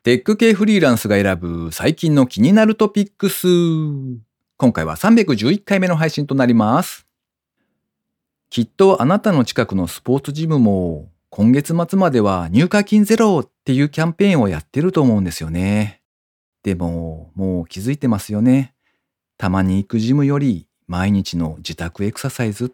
テック系フリーランスが選ぶ最近の気になるトピックス。今回は311回目の配信となります。きっとあなたの近くのスポーツジムも今月末までは入会金ゼロっていうキャンペーンをやってると思うんですよね。でももう気づいてますよね。たまに行くジムより毎日の自宅エクササイズって。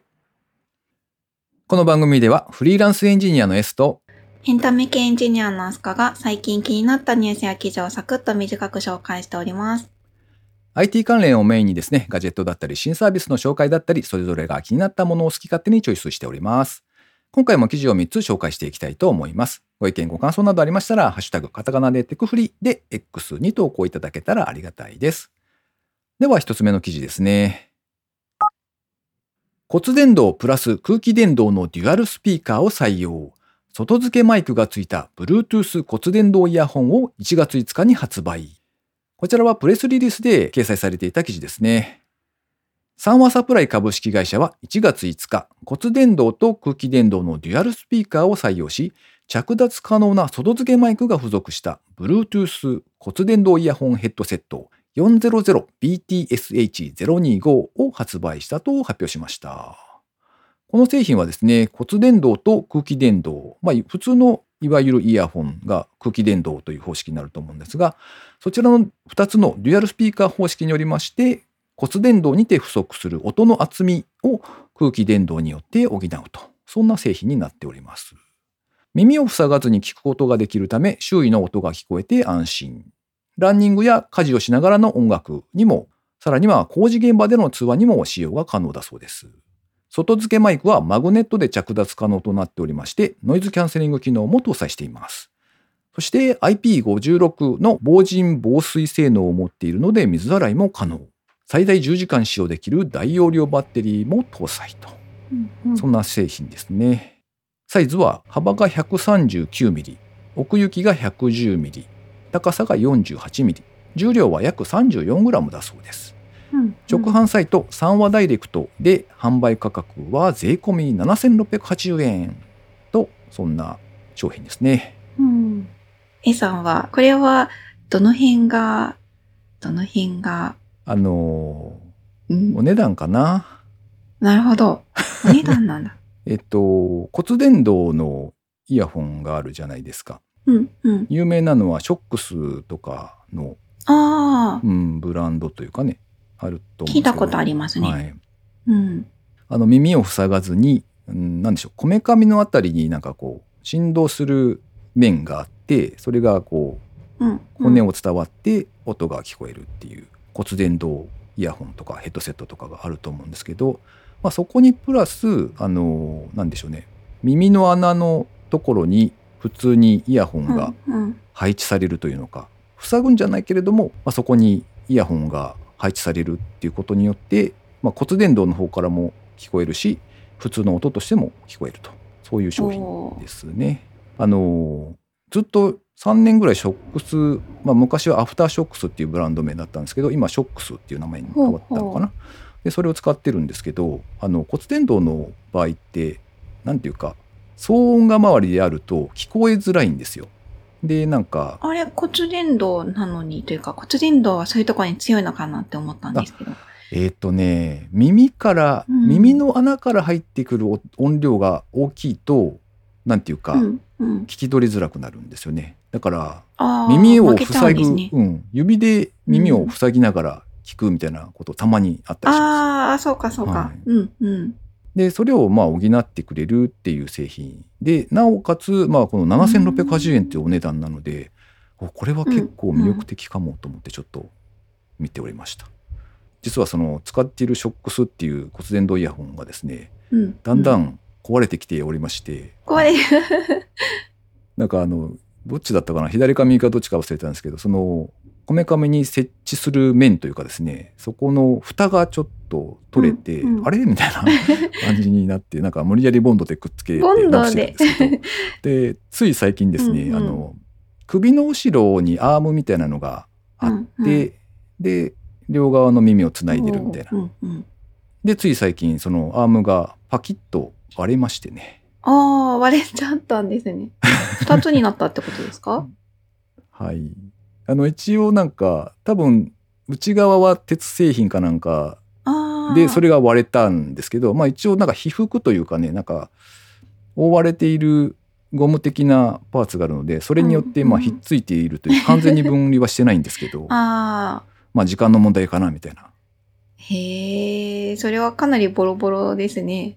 この番組ではフリーランスエンジニアの S とエンタメ系エンジニアのアスカが最近気になったニュースや記事をサクッと短く紹介しております。 IT 関連をメインにですね、ガジェットだったり新サービスの紹介だったり、それぞれが気になったものを好き勝手にチョイスしております。今回も記事を3つ紹介していきたいと思います。ご意見ご感想などありましたら、ハッシュタグカタカナでテクフリで X に投稿いただけたらありがたいです。では1つ目の記事ですね。骨伝導プラス空気伝導のデュアルスピーカーを採用。外付けマイクがついた Bluetooth 骨伝導イヤホンを1月5日に発売。こちらはプレスリリースで掲載されていた記事ですね。三和サプライ株式会社は1月5日、骨伝導と空気伝導のデュアルスピーカーを採用し、着脱可能な外付けマイクが付属した Bluetooth 骨伝導イヤホンヘッドセット 400BTSH025 を発売したと発表しました。この製品はですね、骨伝導と空気伝導、普通のいわゆるイヤホンが空気伝導という方式になると思うんですが、そちらの2つのデュアルスピーカー方式によりまして、骨伝導にて不足する音の厚みを空気伝導によって補うと、そんな製品になっております。耳を塞がずに聞くことができるため、周囲の音が聞こえて安心。ランニングや家事をしながらの音楽にも、さらには工事現場での通話にも使用が可能だそうです。外付けマイクはマグネットで着脱可能となっておりまして、ノイズキャンセリング機能も搭載しています。そして IP56 の防塵防水性能を持っているので水洗いも可能。最大10時間使用できる大容量バッテリーも搭載と。そんな製品ですね。サイズは幅が 139mm、奥行きが 110mm、高さが 48mm、重量は約 34g だそうです。直販サイト三和ダイレクトで販売価格は税込み7680円と、そんな商品ですね。 A さんはこれはどの辺がお値段かな。 なるほど、お値段なんだ。 骨伝導のイヤホンがあるじゃないですか。有名なのはショックスとかのブランドというかね、あると思うんですけど、 聞いたことありますね。 耳を塞がずに、なんでしょう、こめかみのあたりになんかこう振動する面があって、それがこう、骨を伝わって音が聞こえるっていう骨伝導イヤホンとかヘッドセットとかがあると思うんですけど、そこにプラスなんでしょうね、耳の穴のところに普通にイヤホンが配置されるというのか、塞ぐんじゃないけれども、そこにイヤホンが配置されるっていうことによって、骨伝導の方からも聞こえるし、普通の音としても聞こえると、そういう商品ですね。ずっと3年ぐらいショックス、昔はアフターショックスっていうブランド名だったんですけど、今ショックスっていう名前に変わったのかな。でそれを使ってるんですけど、骨伝導の場合ってなんていうか、騒音が周りであると聞こえづらいんですよ。でなんかあれ骨伝導なのにというか、骨伝導はそういうところに強いのかなって思ったんですけど、 耳の穴から入ってくる音量が大きいと、なんていうか、聞き取りづらくなるんですよね。だから耳を塞ぐ、指で耳を塞ぎながら聞くみたいなことたまにあったりします。 そうか。 でそれを補ってくれるっていう製品で、なおかつこの7680円っていうお値段なので、これは結構魅力的かもと思ってちょっと見ておりました。実はその使っているショックスっていう骨伝導イヤホンがですね、だんだん壊れてきておりまして、なんかどっちだったかな、左か右かどっちか忘れたんですけど、そのこめかみに設置する面というかですね、そこの蓋がちょっと取れて、あれみたいな感じになって、なんか無理やりボンドでくっつけて直してるんですけど、でつい最近ですね、首の後ろにアームみたいなのがあって、で両側の耳をつないでるみたいな、でつい最近そのアームがパキッと割れましてね。 割れちゃったんですね。2つになったってことですか？ はい。一応なんか、多分、内側は鉄製品かなんかで、それが割れたんですけど、まあ一応なんか被覆というかね、なんか、覆われているゴム的なパーツがあるので、それによってまあひっついているという、完全に分離はしてないんですけど、まあ時間の問題かなみたいな。 へえ、それはかなりボロボロですね。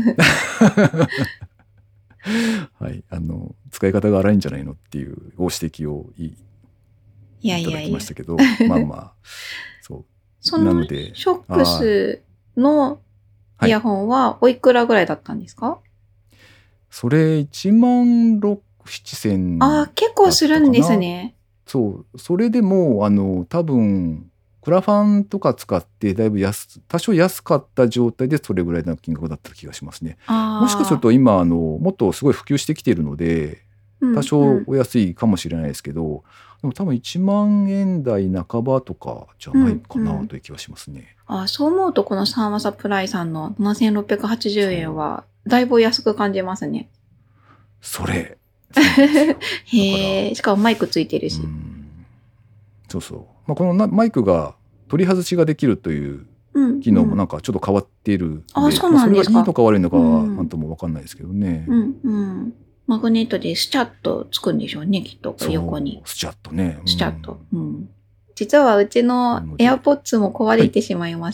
はい、使い方が荒いんじゃないのっていうご指摘をいただきましたけど、まあまあ、そう。 そのショックスのイヤホンはおいくらぐらいだったんですか？ それ1万6、7千。 結構するんですね。 そう。それでも、多分、クラファンとか使ってだいぶ多少安かった状態でそれぐらいの金額だった気がしますね。もしかすると今、もっとすごい普及してきているので、多少お安いかもしれないですけど、でも多分1万円台半ばとかじゃないかなという気はしますね。 そう思うとこのサーマサプライさんの7680円はだいぶ安く感じますね。 それ。 へえ、しかもマイクついてるし。 そうそう。まあ、このマイクが取り外しができるという機能もなんかちょっと変わっているので、 そうなんですか。 それがいいのか悪いのかはなんとも分かんないですけどね。 マグネットでスチャッとつくんでしょうね、きっと横に。 スチャッとね。 スチャッと。実はうちの AirPods も壊れてしまいまして、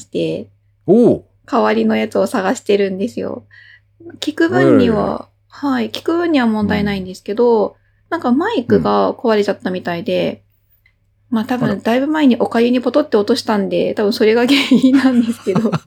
代わりのやつを探してるんですよ。聞く分には問題ないんですけど、なんかマイクが壊れちゃったみたいで、まあ多分だいぶ前にお粥にポトって落としたんで、多分それが原因なんですけど。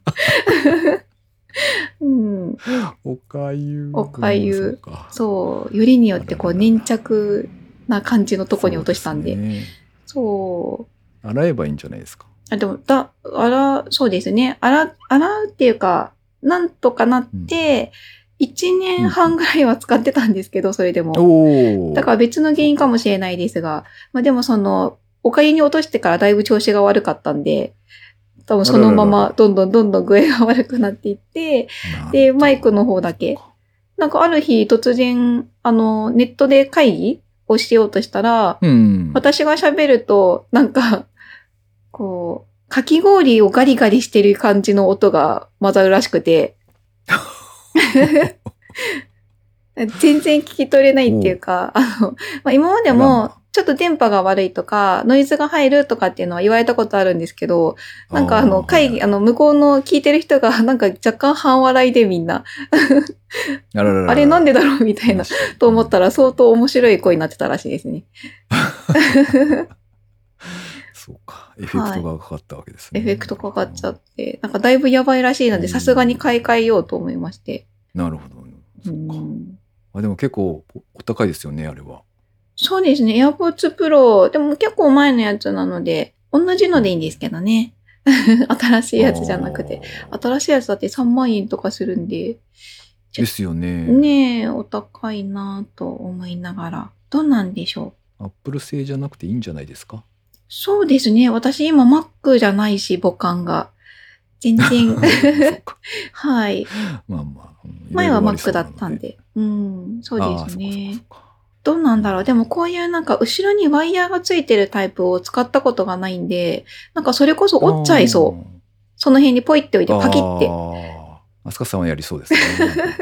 お粥。そう。よりによってこう粘着な感じのとこに落としたんで。そう。 洗えばいいんじゃないですか。 でも、そうですね。洗うっていうか、なんとかなって、1年半ぐらいは使ってたんですけど、それでも。だから別の原因かもしれないですが、まあでもお粥に落としてからだいぶ調子が悪かったんで、多分そのままどんどん具合が悪くなっていって、で、マイクの方だけ。なんかある日突然、ネットで会議をしようとしたら、私が喋ると、なんか、こう、かき氷をガリガリしてる感じの音が混ざるらしくて、全然聞き取れないっていうか、まあ、今までもちょっと電波が悪いとか、ノイズが入るとかっていうのは言われたことあるんですけど、なんか会議、向こうの聞いてる人がなんか若干半笑いでみんな、あれなんでだろうみたいな、と思ったら相当面白い声になってたらしいですね。 そうか。エフェクトがかかったわけですね。 エフェクトかかっちゃって、なんかだいぶやばいらしいので、さすがに買い替えようと思いまして。 なるほど。そうか。でも結構お高いですよね、あれは。 そうですね。AirPods Pro。でも結構前のやつなので、同じのでいいんですけどね。新しいやつじゃなくて。新しいやつだって3万円とかするんで。 ですよね。 ねえ、お高いなぁと思いながら。どうなんでしょう。Apple 製じゃなくていいんじゃないですか？ そうですね。私今 Mac じゃないし、母艦が。全然。はい。 まあまあ。 前は Mac だったんで。そうですね。どうなんだろう。でもこういうなんか後ろにワイヤーがついてるタイプを使ったことがないんで、なんかそれこそ折っちゃいそう。その辺にポイっておいてパキって。 飛鳥さんはやりそうですね。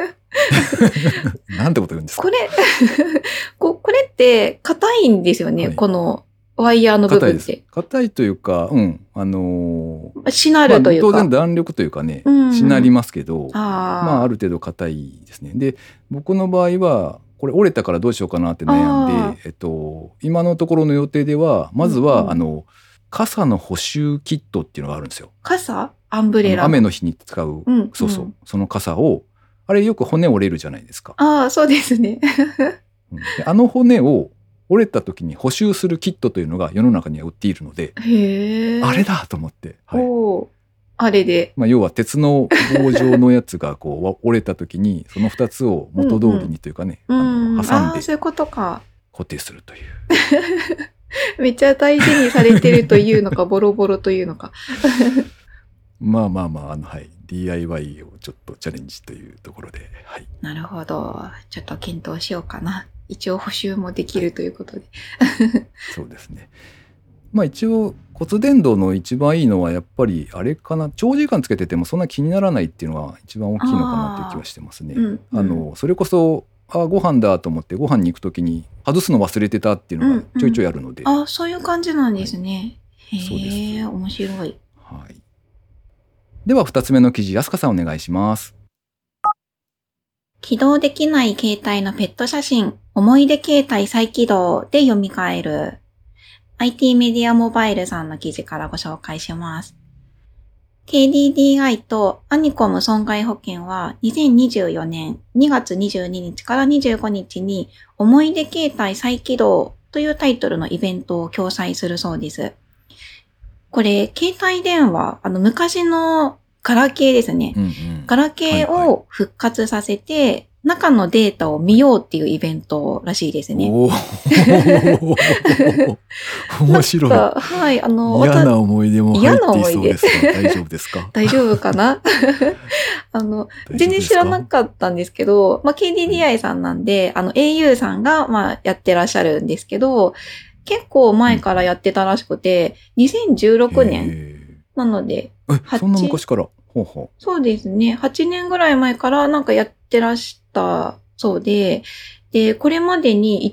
なんてこと言うんですか？ これって硬いんですよね。このワイヤーの部分って。 硬いというか、 しなるというか。 当然弾力というかね、しなりますけど、まあある程度硬いですね。で、僕の場合は、これ折れたからどうしようかなって悩んで、今のところの予定では、まずは、傘の補修キットっていうのがあるんですよ。 傘？アンブレラ。 雨の日に使う、そうそう、その傘を、あれよく骨折れるじゃないですか。 そうですね。 あの骨を折れた時に補修するキットというのが世の中には売っているので、あれだと思って。 あれで。 まあ、要は鉄の棒状のやつがこう折れた時にその2つを元通りにというかね、挟んでそういうことか。 固定するという。 めっちゃ大事にされてるというのかボロボロというのか。 まあはい、DIY をちょっとチャレンジというところで、はい。 なるほど。ちょっと検討しようかな。 一応補修もできるということで。 そうですね。まあ一応骨伝導の一番いいのはやっぱりあれかな、長時間つけててもそんな気にならないっていうのが一番大きいのかなという気はしてますね。それこそご飯だと思ってご飯に行くときに外すの忘れてたっていうのがちょいちょいあるので、 そういう感じなんですね。 はい、そうです。 面白い。 はい。では2つ目の記事、安香さんお願いします。 起動できない携帯のペット写真、思い出携帯再起動で読み替える。IT メディアモバイルさんの記事からご紹介します。KDDI とアニコム損害保険は2024年2月22日から25日に思い出携帯再起動というタイトルのイベントを共催するそうです。これ、携帯電話、昔のガラケーですね。ガラケーを復活させて、中のデータを見ようっていうイベントらしいですね。 面白い。 はい。 嫌な思い出も入っていそうですが、大丈夫ですか？ 大丈夫かな全然知らなかったんですけど、KDDI さんなんで、au さんが、やってらっしゃるんですけど、結構前からやってたらしくて、2016年なので、 そんな昔から。 そうですね。8年ぐらい前からなんかやってらしたそうで、これまでに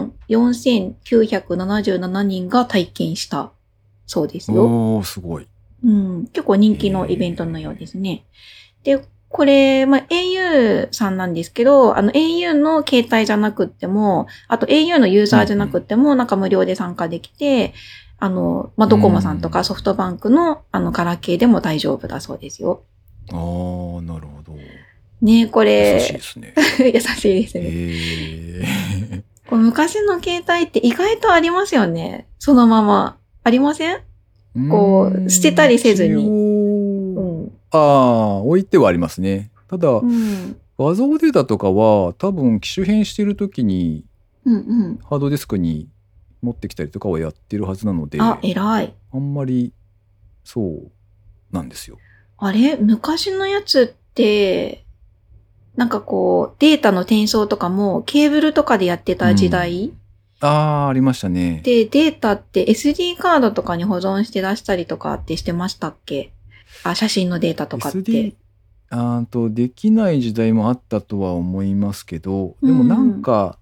14,977人が体験したそうですよ。 すごい。 結構人気のイベントのようですね。で、これ、au さんなんですけど、au の携帯じゃなくっても、あと au のユーザーじゃなくっても、なんか無料で参加できて、ドコモさんとかソフトバンクのガラケーでも大丈夫だそうですよ。 なるほど。 ね、これ。 優しいですね。 優しいですね。これ昔の携帯って意外とありますよね。そのまま。ありません？捨てたりせずに。 置いてはありますね。ただ、画像データとかは多分機種変してるときに、ハードディスクに持ってきたりとかはやってるはずなので、 偉い。 あんまりそうなんですよ。 あれ昔のやつって、なんかデータの転送とかもケーブルとかでやってた時代、 ありましたね。 で、データって SD カードとかに保存して出したりとかってしてましたっけ？写真のデータとかって。 できない時代もあったとは思いますけど、でもなんか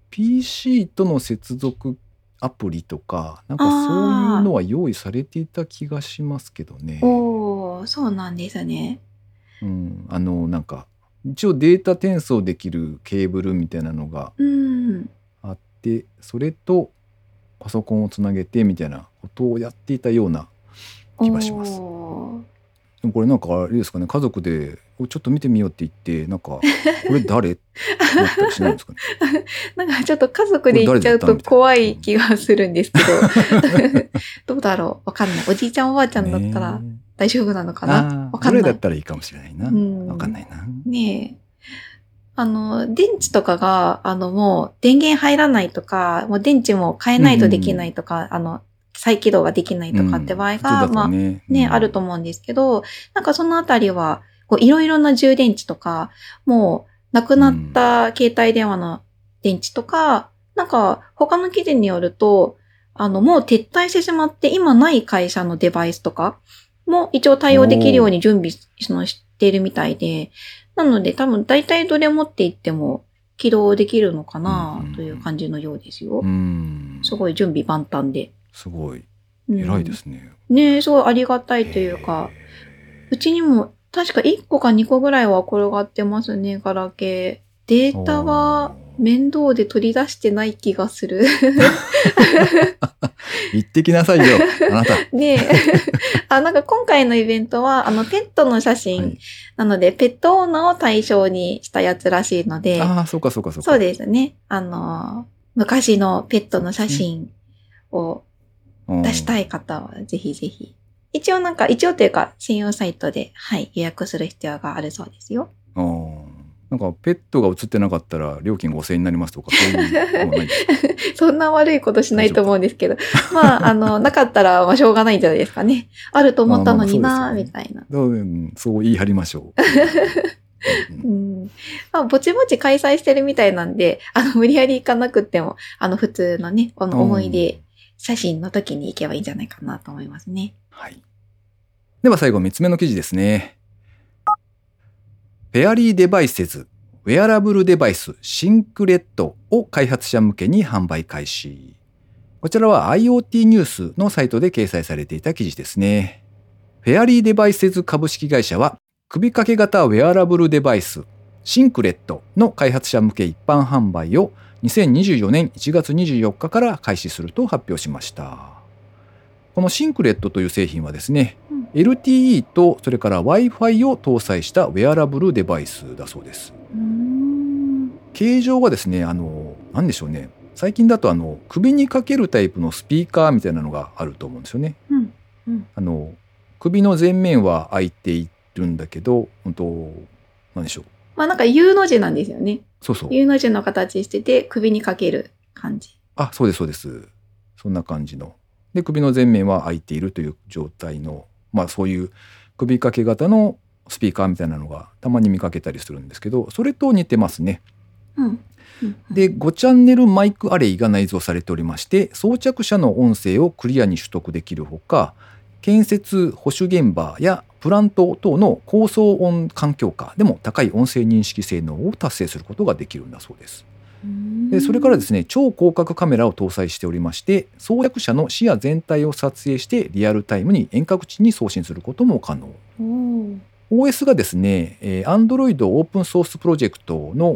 PC との接続アプリとか、なんかそういうのは用意されていた気がしますけどね。 そうなんですね。 なんか一応データ転送できるケーブルみたいなのがあって、それとパソコンをつなげてみたいなことをやっていたような気がします。でもこれなんかあれですかね、家族でちょっと見てみようって言って、なんかこれ誰ってなったりしないんですかね。 なんかちょっと家族で言っちゃうと怖い気がするんですけど、どうだろう、わかんない。おじいちゃんおばあちゃんだったら大丈夫なのかな、わかんない。 どれだったらいいかもしれないな。わかんないな。 ねえ。電池とかが、もう電源入らないとか、もう電池も変えないとできないとか、再起動ができないとかって場合が、あると思うんですけど、なんかそのあたりは、いろいろな充電池とか、もうなくなった携帯電話の電池とか、なんか他の記事によると、もう撤退してしまって今ない会社のデバイスとかも一応対応できるように準備しているみたいで、なので多分大体どれ持っていっても起動できるのかなという感じのようですよ。すごい準備万端で。 すごい偉いですね。 ねえ、すごいありがたいというか、うちにも確か1個か2個ぐらいは転がってますね、ガラケー。データは面倒で取り出してない気がする。 言ってきなさいよ、あなた。 ねえ。なんか今回のイベントは、ペットの写真、なので、ペットオーナーを対象にしたやつらしいので。 そうか。 そうですね。昔のペットの写真を出したい方は、ぜひぜひ。一応というか、専用サイトで、予約する必要があるそうですよ。 なんかペットが映ってなかったら料金5000円になりますとか、そういうのはないですか？ そんな悪いことしないと思うんですけど。なかったら、しょうがないんじゃないですかね。あると思ったのにな、みたいな。 そう言い張りましょう。 ぼちぼち開催してるみたいなんで、無理やり行かなくっても、普通のね、この思い出写真の時に行けばいいんじゃないかなと思いますね。 はい。では最後3つ目の記事ですね。フェアリーデバイセズ、ウェアラブルデバイス、シンクレットを開発者向けに販売開始。こちらは IoT ニュースのサイトで掲載されていた記事ですね。フェアリーデバイセズ株式会社は、首掛け型ウェアラブルデバイス、シンクレットの開発者向け一般販売を2024年1月24日から開始すると発表しました。このシンクレットという製品はですね、LTE とそれから Wi-Fi を搭載したウェアラブルデバイスだそうです。形状はですね、なんでしょうね。最近だと首にかけるタイプのスピーカーみたいなのがあると思うんですよね。首の前面は開いているんだけど、なんでしょう。 なんか U の字なんですよね。 そうそう。 U の字の形してて首にかける感じ。 あ、そうですそうです。そんな感じの。で、首の前面は開いているという状態の、そういう首掛け型のスピーカーみたいなのがたまに見かけたりするんですけど、それと似てますね。で、5チャンネルマイクアレイが内蔵されておりまして、装着者の音声をクリアに取得できるほか、建設保守現場やプラント等の高騒音環境下でも高い音声認識性能を達成することができるんだそうです。でそれからですね、超広角カメラを搭載しておりまして、装着者の視野全体を撮影してリアルタイムに遠隔地に送信することも可能。OS がですね、Android オープンソースプロジェクトの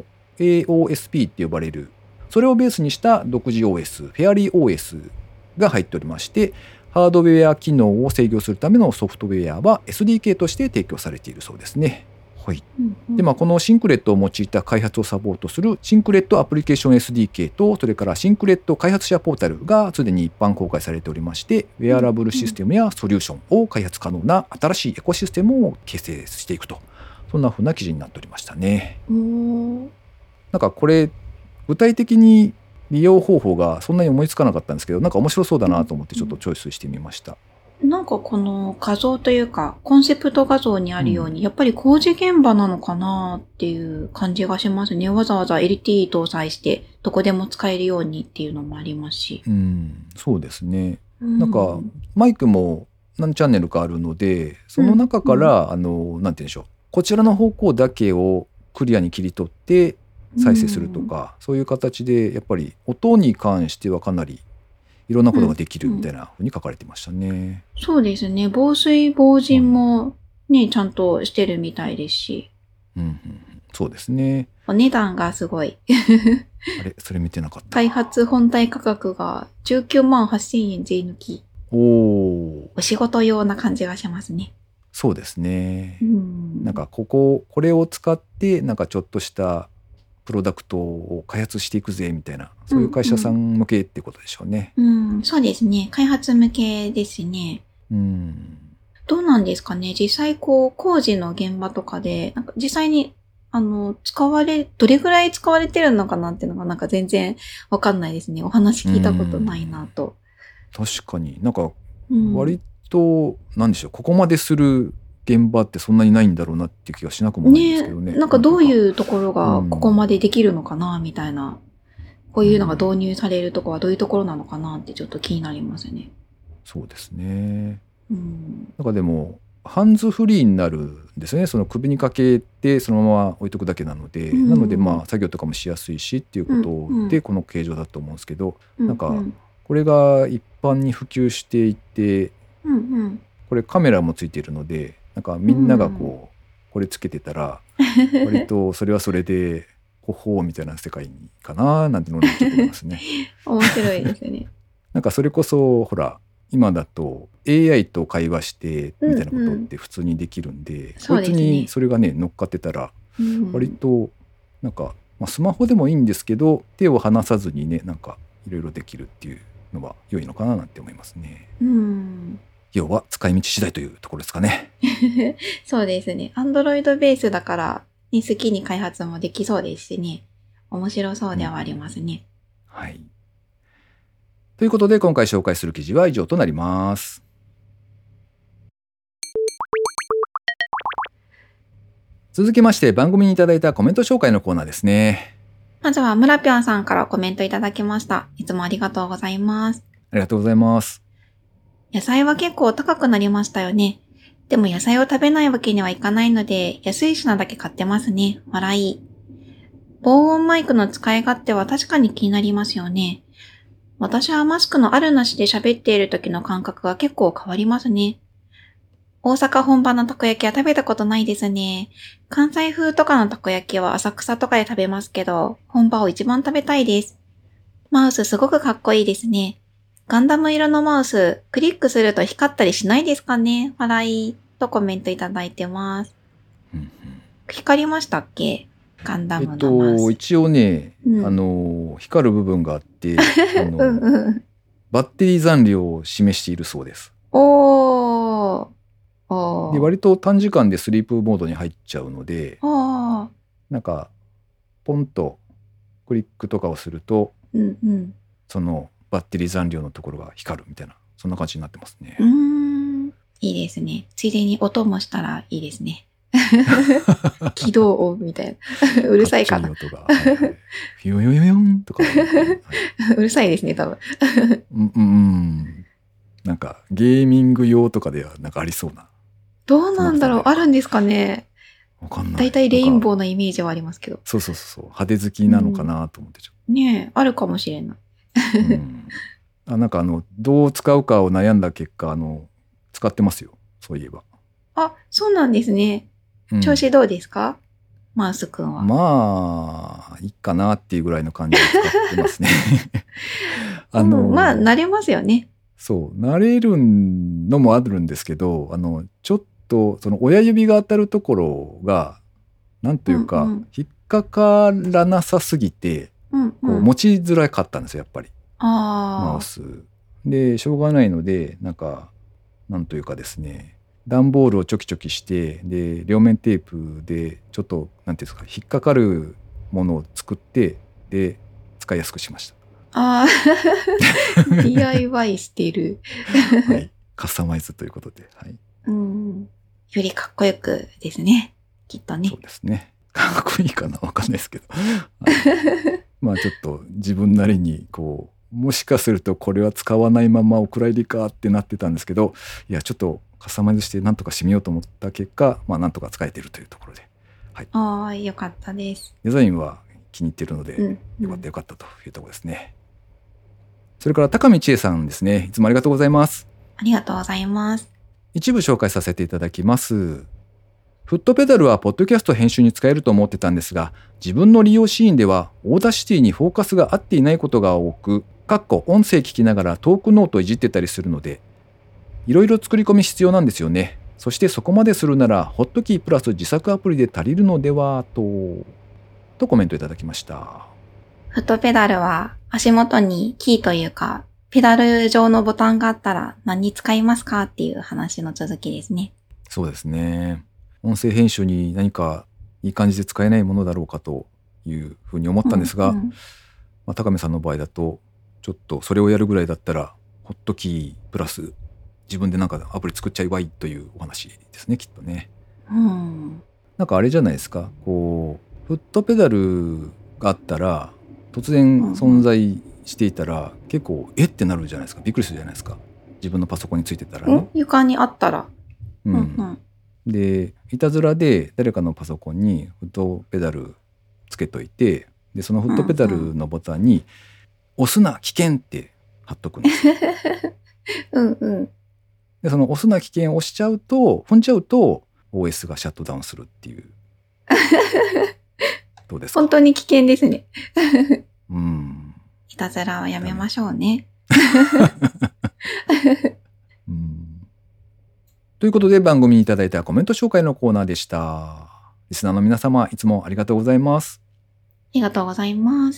AOSP って呼ばれる、それをベースにした独自 OS、フェアリー OS が入っておりまして、ハードウェア機能を制御するためのソフトウェアは SDK として提供されているそうですね。はい。で、このシンクレットを用いた開発をサポートするシンクレットアプリケーション SDK と、それからシンクレット開発者ポータルがすでに一般公開されておりまして、ウェアラブルシステムやソリューションを開発可能な新しいエコシステムを形成していくと、そんな風な記事になっておりましたね。なんかこれ具体的に利用方法がそんなに思いつかなかったんですけど、なんか面白そうだなと思ってちょっとチョイスしてみました。 なんかこの画像というかコンセプト画像にあるように、やっぱり工事現場なのかなっていう感じがしますね。わざわざ LTE 搭載してどこでも使えるようにっていうのもありますし。 そうですね。なんかマイクも何チャンネルかあるので、その中からなんて言うんでしょう。こちらの方向だけをクリアに切り取って再生するとか、そういう形でやっぱり音に関してはかなりいろんなことができるみたいなふうに書かれてましたね。 そうですね。防水防塵もね、ちゃんとしてるみたいですし。 そうですね。 お値段がすごい。 あれ、それ見てなかった。 開発本体価格が19万8000円税抜き。お仕事用な感じがしますね。 そうですね。なんかこれを使ってなんかちょっとしたプロダクトを開発していくぜみたいな、そういう会社さん向けってことでしょうね。 そうですね。開発向けですね。どうなんですかね。実際工事の現場とかで、なんか実際にどれぐらい使われてるのかなっていうのがなんか全然わかんないですね。お話聞いたことないなと。 確かになんか割となんでしょう、ここまでする現場ってそんなにないんだろうなっていう気がしなくもないんですけどね。 なんかどういうところがここまでできるのかなみたいな、こういうのが導入されるところはどういうところなのかなってちょっと気になりますね。 そうですね。なんかでもハンズフリーになるんですね。その首にかけてそのまま置いとくだけなので、なので作業とかもしやすいしっていうことでこの形状だと思うんですけど、なんかこれが一般に普及していて、これカメラもついているので、なんかみんながこれつけてたら割とそれはそれでほほうみたいな世界かななんてのをちょっと思いますね。 面白いですね。 なんかそれこそほら今だと AI と会話してみたいなことって普通にできるんで、こいつにそれがね乗っかってたら割となんか、スマホでもいいんですけど手を離さずにね、なんかいろいろできるっていうのは良いのかななんて思いますね。要は使い道次第というところですかね。 そうですね。Android ベースだから、好きに開発もできそうですしね。面白そうではありますね。 はい。ということで今回紹介する記事は以上となります。 続きまして番組にいただいたコメント紹介のコーナーですね。 まずは村ぴょんさんからコメントいただきました。いつもありがとうございます。 ありがとうございます。 野菜は結構高くなりましたよね。でも野菜を食べないわけにはいかないので、安い品だけ買ってますね。笑い。防音マイクの使い勝手は確かに気になりますよね。私はマスクのあるなしで喋っている時の感覚が結構変わりますね。大阪本場のたこ焼きは食べたことないですね。関西風とかのたこ焼きは浅草とかで食べますけど、本場を一番食べたいです。マウスすごくかっこいいですね。ガンダム色のマウス、クリックすると光ったりしないですかね？笑い。とコメントいただいてます。光りましたっけ？ガンダムのマウス。 一応ね、光る部分があってバッテリー残量を示しているそうです。で割と短時間でスリープモードに入っちゃうので、なんかポンとクリックとかをすると、そのバッテリー残量のところが光るみたいな、そんな感じになってますね。 いいですね。ついでに音もしたらいいですね。起動音みたいな。うるさいかな。 音が、フヨヨヨヨンとか、 うるさいですね、多分。なんかゲーミング用とかではなんかありそうな。 どうなんだろう、あるんですかね。 わかんない。 だいたいレインボーのイメージはありますけど。 そう。派手好きなのかなと思ってちょっと。 ねえ、あるかもしれない。 なんかどう使うかを悩んだ結果、使ってますよ。そういえば。 あ、そうなんですね。調子どうですか？マウスくんは。 まあ、いいかなっていうぐらいの感じで使ってますね。 まあ、慣れますよね。 そう、慣れるのもあるんですけど、ちょっと、その親指が当たるところが、なんというか、引っかからなさすぎて、こう持ちづらかったんですよ、やっぱり。マウス。で、しょうがないので、なんというかですね、段ボールをチョキチョキして、で、両面テープで、ちょっと、なんていうんですか、引っかかるものを作って、で、使いやすくしました。 DIY してる。 はい。カスタマイズということで。はい。 よりかっこよくですね。きっとね。 そうですね。かっこいいかなわかんないですけど。まあちょっと自分なりにもしかするとこれは使わないままお蔵入りかってなってたんですけど、いやちょっとカスタマイズしてなんとかしてみようと思った結果、まあなんとか使えているというところで。 はい。よかったです。 デザインは気に入っているので、よかったというところですね。それから高見千恵さんですね。いつもありがとうございます。 ありがとうございます。 一部紹介させていただきます。フットペダルはポッドキャスト編集に使えると思ってたんですが、自分の利用シーンではオーダーシティにフォーカスが合っていないことが多く、音声聞きながらトークノートいじってたりするので、いろいろ作り込み必要なんですよね。そしてそこまでするなら、ホットキープラス自作アプリで足りるのではとコメントいただきました。 フットペダルは足元にキーというか、ペダル上のボタンがあったら何に使いますかっていう話の続きですね。 そうですね。音声編集に何かいい感じで使えないものだろうかというふうに思ったんですが、高見さんの場合だとちょっとそれをやるぐらいだったらホットキープラス自分でなんかアプリ作っちゃえばいいというお話ですね、きっとね。なんかあれじゃないですか、フットペダルがあったら突然存在していたら、結構ってなるじゃないですか。びっくりするじゃないですか、自分のパソコンについてたらね。 床にあったら。 でいたずらで誰かのパソコンにフットペダルつけといて、でそのフットペダルのボタンに押すな危険って貼っとくんですよ。でその押すな危険を踏んじゃうと OS がシャットダウンするっていう。どうですか？ 本当に危険ですね。いたずらはやめましょうね。 ということで番組にいただいたコメント紹介のコーナーでした。リスナーの皆様、いつもありがとうございます。 ありがとうございます。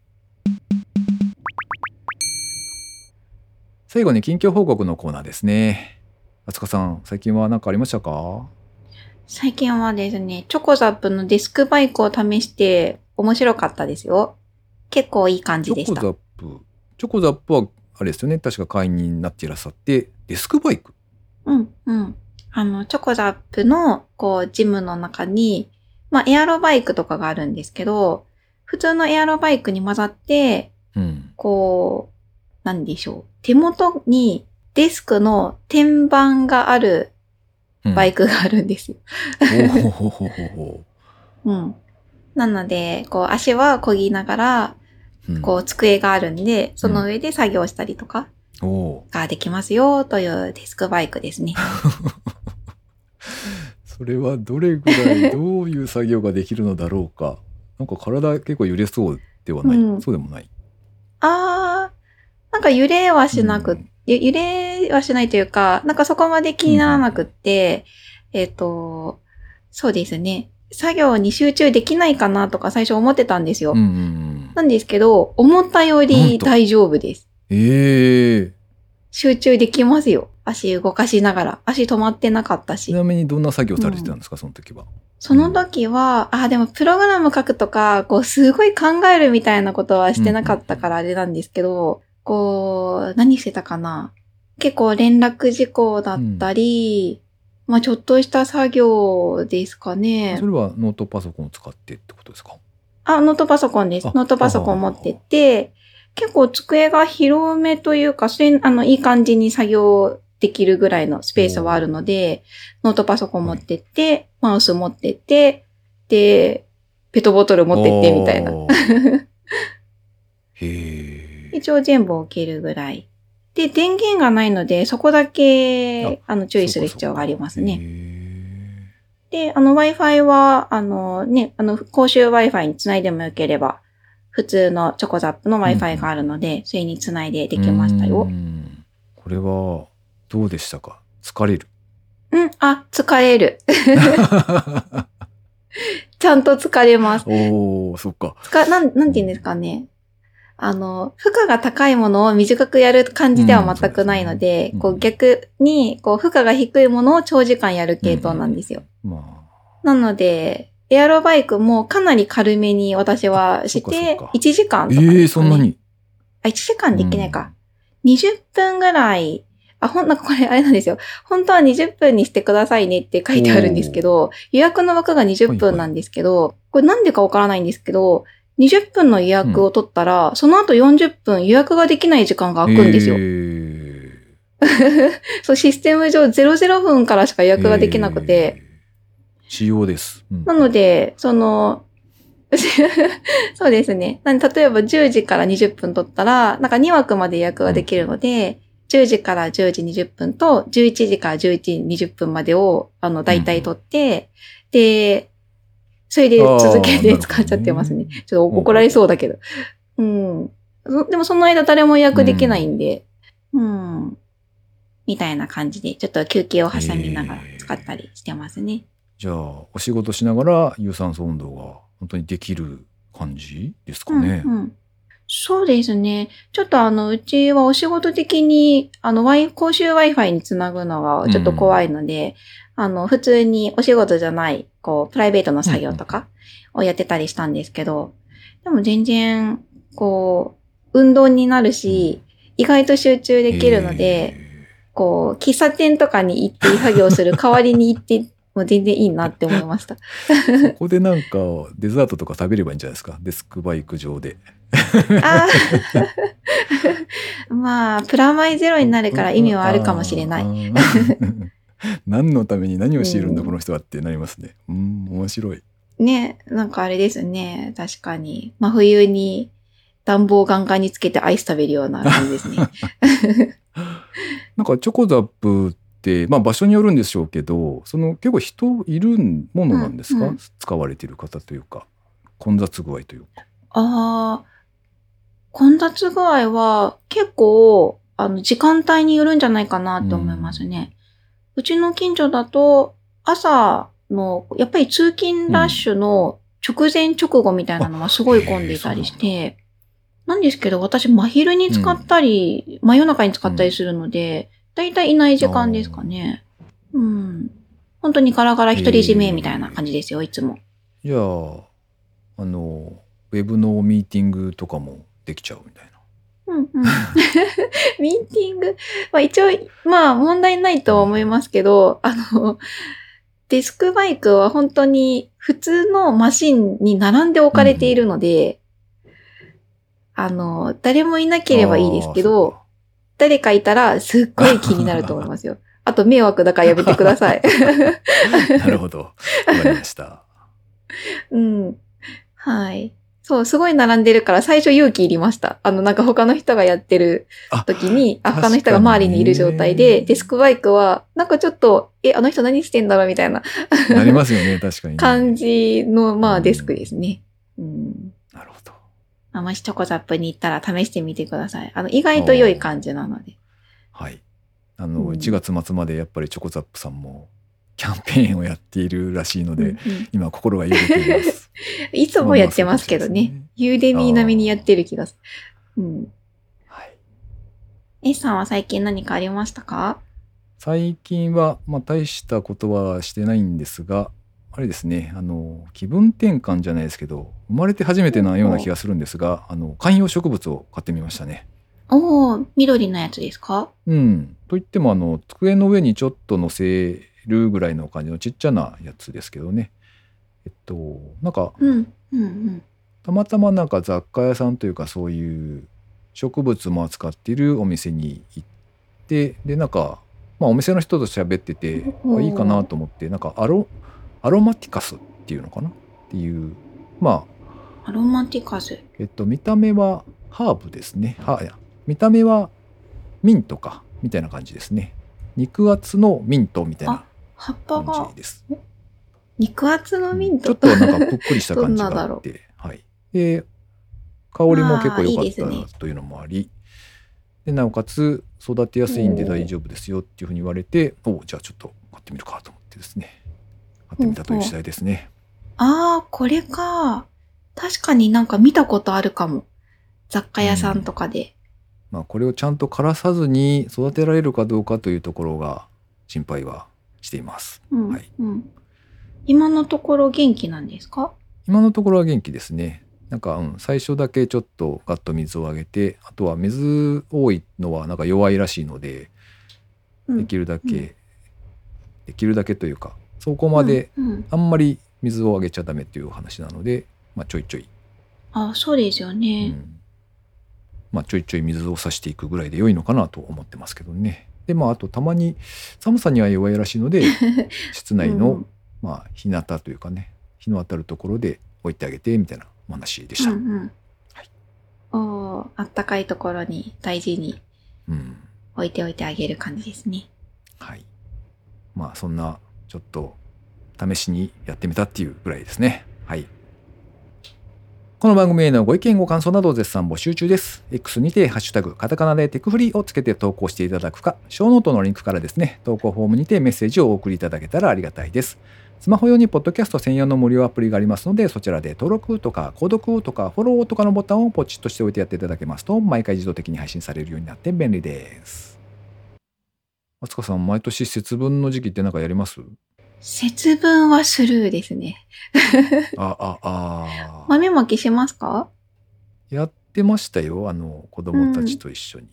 最後に近況報告のコーナーですね。あつかさん、最近は何かありましたか？ 最近はですね、チョコザップのディスクバイクを試して面白かったですよ。結構いい感じでした。チョコザップはあれですよね、確か会員になっていらっしゃって、ディスクバイク？ チョコザップのジムの中にまあエアロバイクとかがあるんですけど、普通のエアロバイクに混ざって、こう、なんでしょう。手元にデスクの天板があるバイクがあるんですよ。うん。なので、こう足は漕ぎながら、こう机があるんで、その上で作業したりとかができますよというデスクバイクですね。 それはどれぐらいどういう作業ができるのだろうか。なんか体結構揺れそうではない、そうでもない。 なんか揺れはしなく、揺れはしないというか、なんかそこまで気にならなくって、そうですね。作業に集中できないかなとか最初思ってたんですよ。なんですけど、思ったより大丈夫です。集中できますよ。足動かしながら。足止まってなかったし。 ちなみにどんな作業されてたんですか、その時は。 その時は、でもプログラム書くとか、こうすごい考えるみたいなことはしてなかったからあれなんですけど、こう、何してたかな。結構連絡事項だったり、まあちょっとした作業ですかね。 それはノートパソコンを使ってってことですか？ ノートパソコンです。ノートパソコン持ってて、結構机が広めというか、いい感じに作業できるぐらいのスペースはあるので、ノートパソコン持ってって、マウス持ってって、で、ペットボトル持ってってみたいな。一応全部置けるぐらい。で、電源がないので、そこだけ、注意する必要がありますね。で、Wi-Fi は、公衆 Wi-Fi につないでもよければ、普通のチョコザップの Wi-Fi があるので、それにつないでできましたよ。 これは、どうでしたか？疲れる？ 疲れる。ちゃんと疲れます。 そっか。 なんて言うんですかね。負荷が高いものを短くやる感じでは全くないので、こう逆に、こう負荷が低いものを長時間やる系統なんですよ。なので、エアロバイクもかなり軽めに私はして、1時間とかですかね。 そんなに 1時間できないか。20分ぐらい、なんかこれあれなんですよ。本当は20分にしてくださいねって書いてあるんですけど、予約の枠が20分なんですけど、これなんでかわからないんですけど、20分の予約を取ったら、その後40分予約ができない時間が空くんですよ。そう、システム上00分からしか予約ができなくて。 仕様です。 なので、そうですね。例えば10時から20分取ったら、なんか2枠まで予約ができるので、10時から10時20分と11時から11時20分までを、大体取って、で、それで続けて使っちゃってますね。ちょっと怒られそうだけど。でもその間誰も予約できないんで、みたいな感じで、ちょっと休憩を挟みながら使ったりしてますね。 じゃあ、お仕事しながら有酸素運動が本当にできる感じですかね。 そうですね。ちょっとうちはお仕事的に、公衆 Wi-Fi につなぐのがちょっと怖いので、普通にお仕事じゃない、こう、プライベートの作業とかをやってたりしたんですけど、でも全然、こう、運動になるし、意外と集中できるので、こう、喫茶店とかに行って作業する代わりに行っても全然いいなって思いました。 そこでなんかデザートとか食べればいいんじゃないですか？デスクバイク上で。 まあ、プラマイゼロになるから意味はあるかもしれない。 何のために何をしているんだこの人はってなりますね。面白い。 ね、なんかあれですね。確かに。真冬に暖房ガンガンにつけてアイス食べるような感じですね。 なんかチョコザップって、まあ場所によるんでしょうけど、結構人いるものなんですか？使われている方というか、混雑具合というか。 混雑具合は結構、時間帯によるんじゃないかなって思いますね。うちの近所だと、朝の、やっぱり通勤ラッシュの直前直後みたいなのはすごい混んでいたりして、なんですけど、私真昼に使ったり、真夜中に使ったりするので、だいたいいない時間ですかね。本当にガラガラ独り占めみたいな感じですよ、いつも。 じゃあ、ウェブのミーティングとかもできちゃうみたいな。 ミーティング、一応、問題ないとは思いますけど、 デスクバイクは本当に普通のマシンに並んで置かれているので、誰もいなければいいですけど、誰かいたらすっごい気になると思いますよ。あと迷惑だからやめてください。 なるほど。わかりました。 うん。はい。そう、すごい並んでるから最初勇気いりました。なんか他の人がやってる時に、他の人が周りにいる状態で、デスクバイクは、なんかちょっと、あの人何してんだろうみたいな。 なりますよね、確かに、ね。 感じの、まあデスクですね。 なるほど。 もしチョコザップに行ったら試してみてください。意外と良い感じなので。 はい。1月末までやっぱりチョコザップさんもキャンペーンをやっているらしいので、今心が揺れています。 いつもやってますけどね。ユーデミー並みにやってる気がする。 はい。 S さんは最近何かありましたか？ 最近は、大したことはしてないんですが、あれですね、気分転換じゃないですけど、生まれて初めてなような気がするんですが、観葉植物を買ってみましたね。 緑のやつですか？ といっても机の上にちょっと乗せるぐらいの感じのちっちゃなやつですけどね。なんか、たまたまなんか雑貨屋さんというかそういう植物も扱っているお店に行って、でなんか、お店の人と喋ってていいかなと思って、なんかアロマティカスっていうのかなっていう、 アロマティカス。 見た目はハーブですね。見た目はミントかみたいな感じですね。肉厚のミントみたいな感じです。 肉厚のミント、 ちょっとなんかぷっくりした感じがあって、はい。で香りも結構良かったというのもあり、でなおかつ育てやすいんで大丈夫ですよっていうふうに言われて、じゃあちょっと買ってみるかと思ってですね、買ってみたという次第ですね。 これか。確かになんか見たことあるかも。雑貨屋さんとかで。 これをちゃんと枯らさずに育てられるかどうかというところが心配はしています。はい。 今のところ元気なんですか？ 今のところは元気ですね。なんか、最初だけちょっとガッと水をあげて、あとは水多いのはなんか弱いらしいので、できるだけというか、そこまであんまり水をあげちゃダメっていう話なので、ちょいちょい。 そうですよね。 ちょいちょい水を差していくぐらいで良いのかなと思ってますけどね。で、あとたまに寒さには弱いらしいので、室内の、日向というかね、日の当たるところで置いてあげてみたいなお話でした。 あったかいところに大事に置いておいてあげる感じですね。 はい。そんなちょっと試しにやってみたっていうぐらいですね。はい。この番組へのご意見ご感想など絶賛募集中です。X にてハッシュタグカタカナでテクフリーをつけて投稿していただくか、ショーノートのリンクからですね、投稿フォームにてメッセージをお送りいただけたらありがたいです。スマホ用にポッドキャスト専用の無料アプリがありますので、そちらで登録とか購読とかフォローとかのボタンをポチッとしておいてやっていただけますと、毎回自動的に配信されるようになって便利です。あつかさん、毎年節分の時期って何かやります？ 節分はスルーですね。豆まきしますか？ やってましたよ、子供たちと一緒に。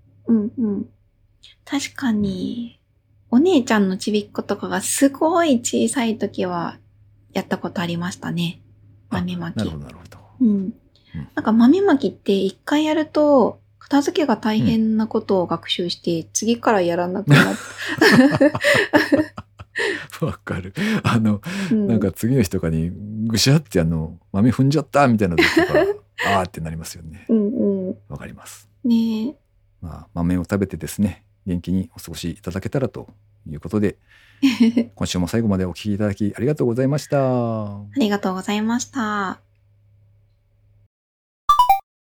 確かに、お姉ちゃんのちびっ子とかがすごい小さい時はやったことありましたね。豆まき。 なるほど、なるほど。 なんか豆まきって一回やると、片付けが大変なことを学習して、次からやらなくなった。 わかる。なんか次の日とかにぐしゃって豆踏んじゃったみたいな時とか、ってなりますよね。わかります。 ねえ。豆を食べてですね、元気にお過ごしいただけたらということで、今週も最後までお聞きいただきありがとうございました。 ありがとうございました。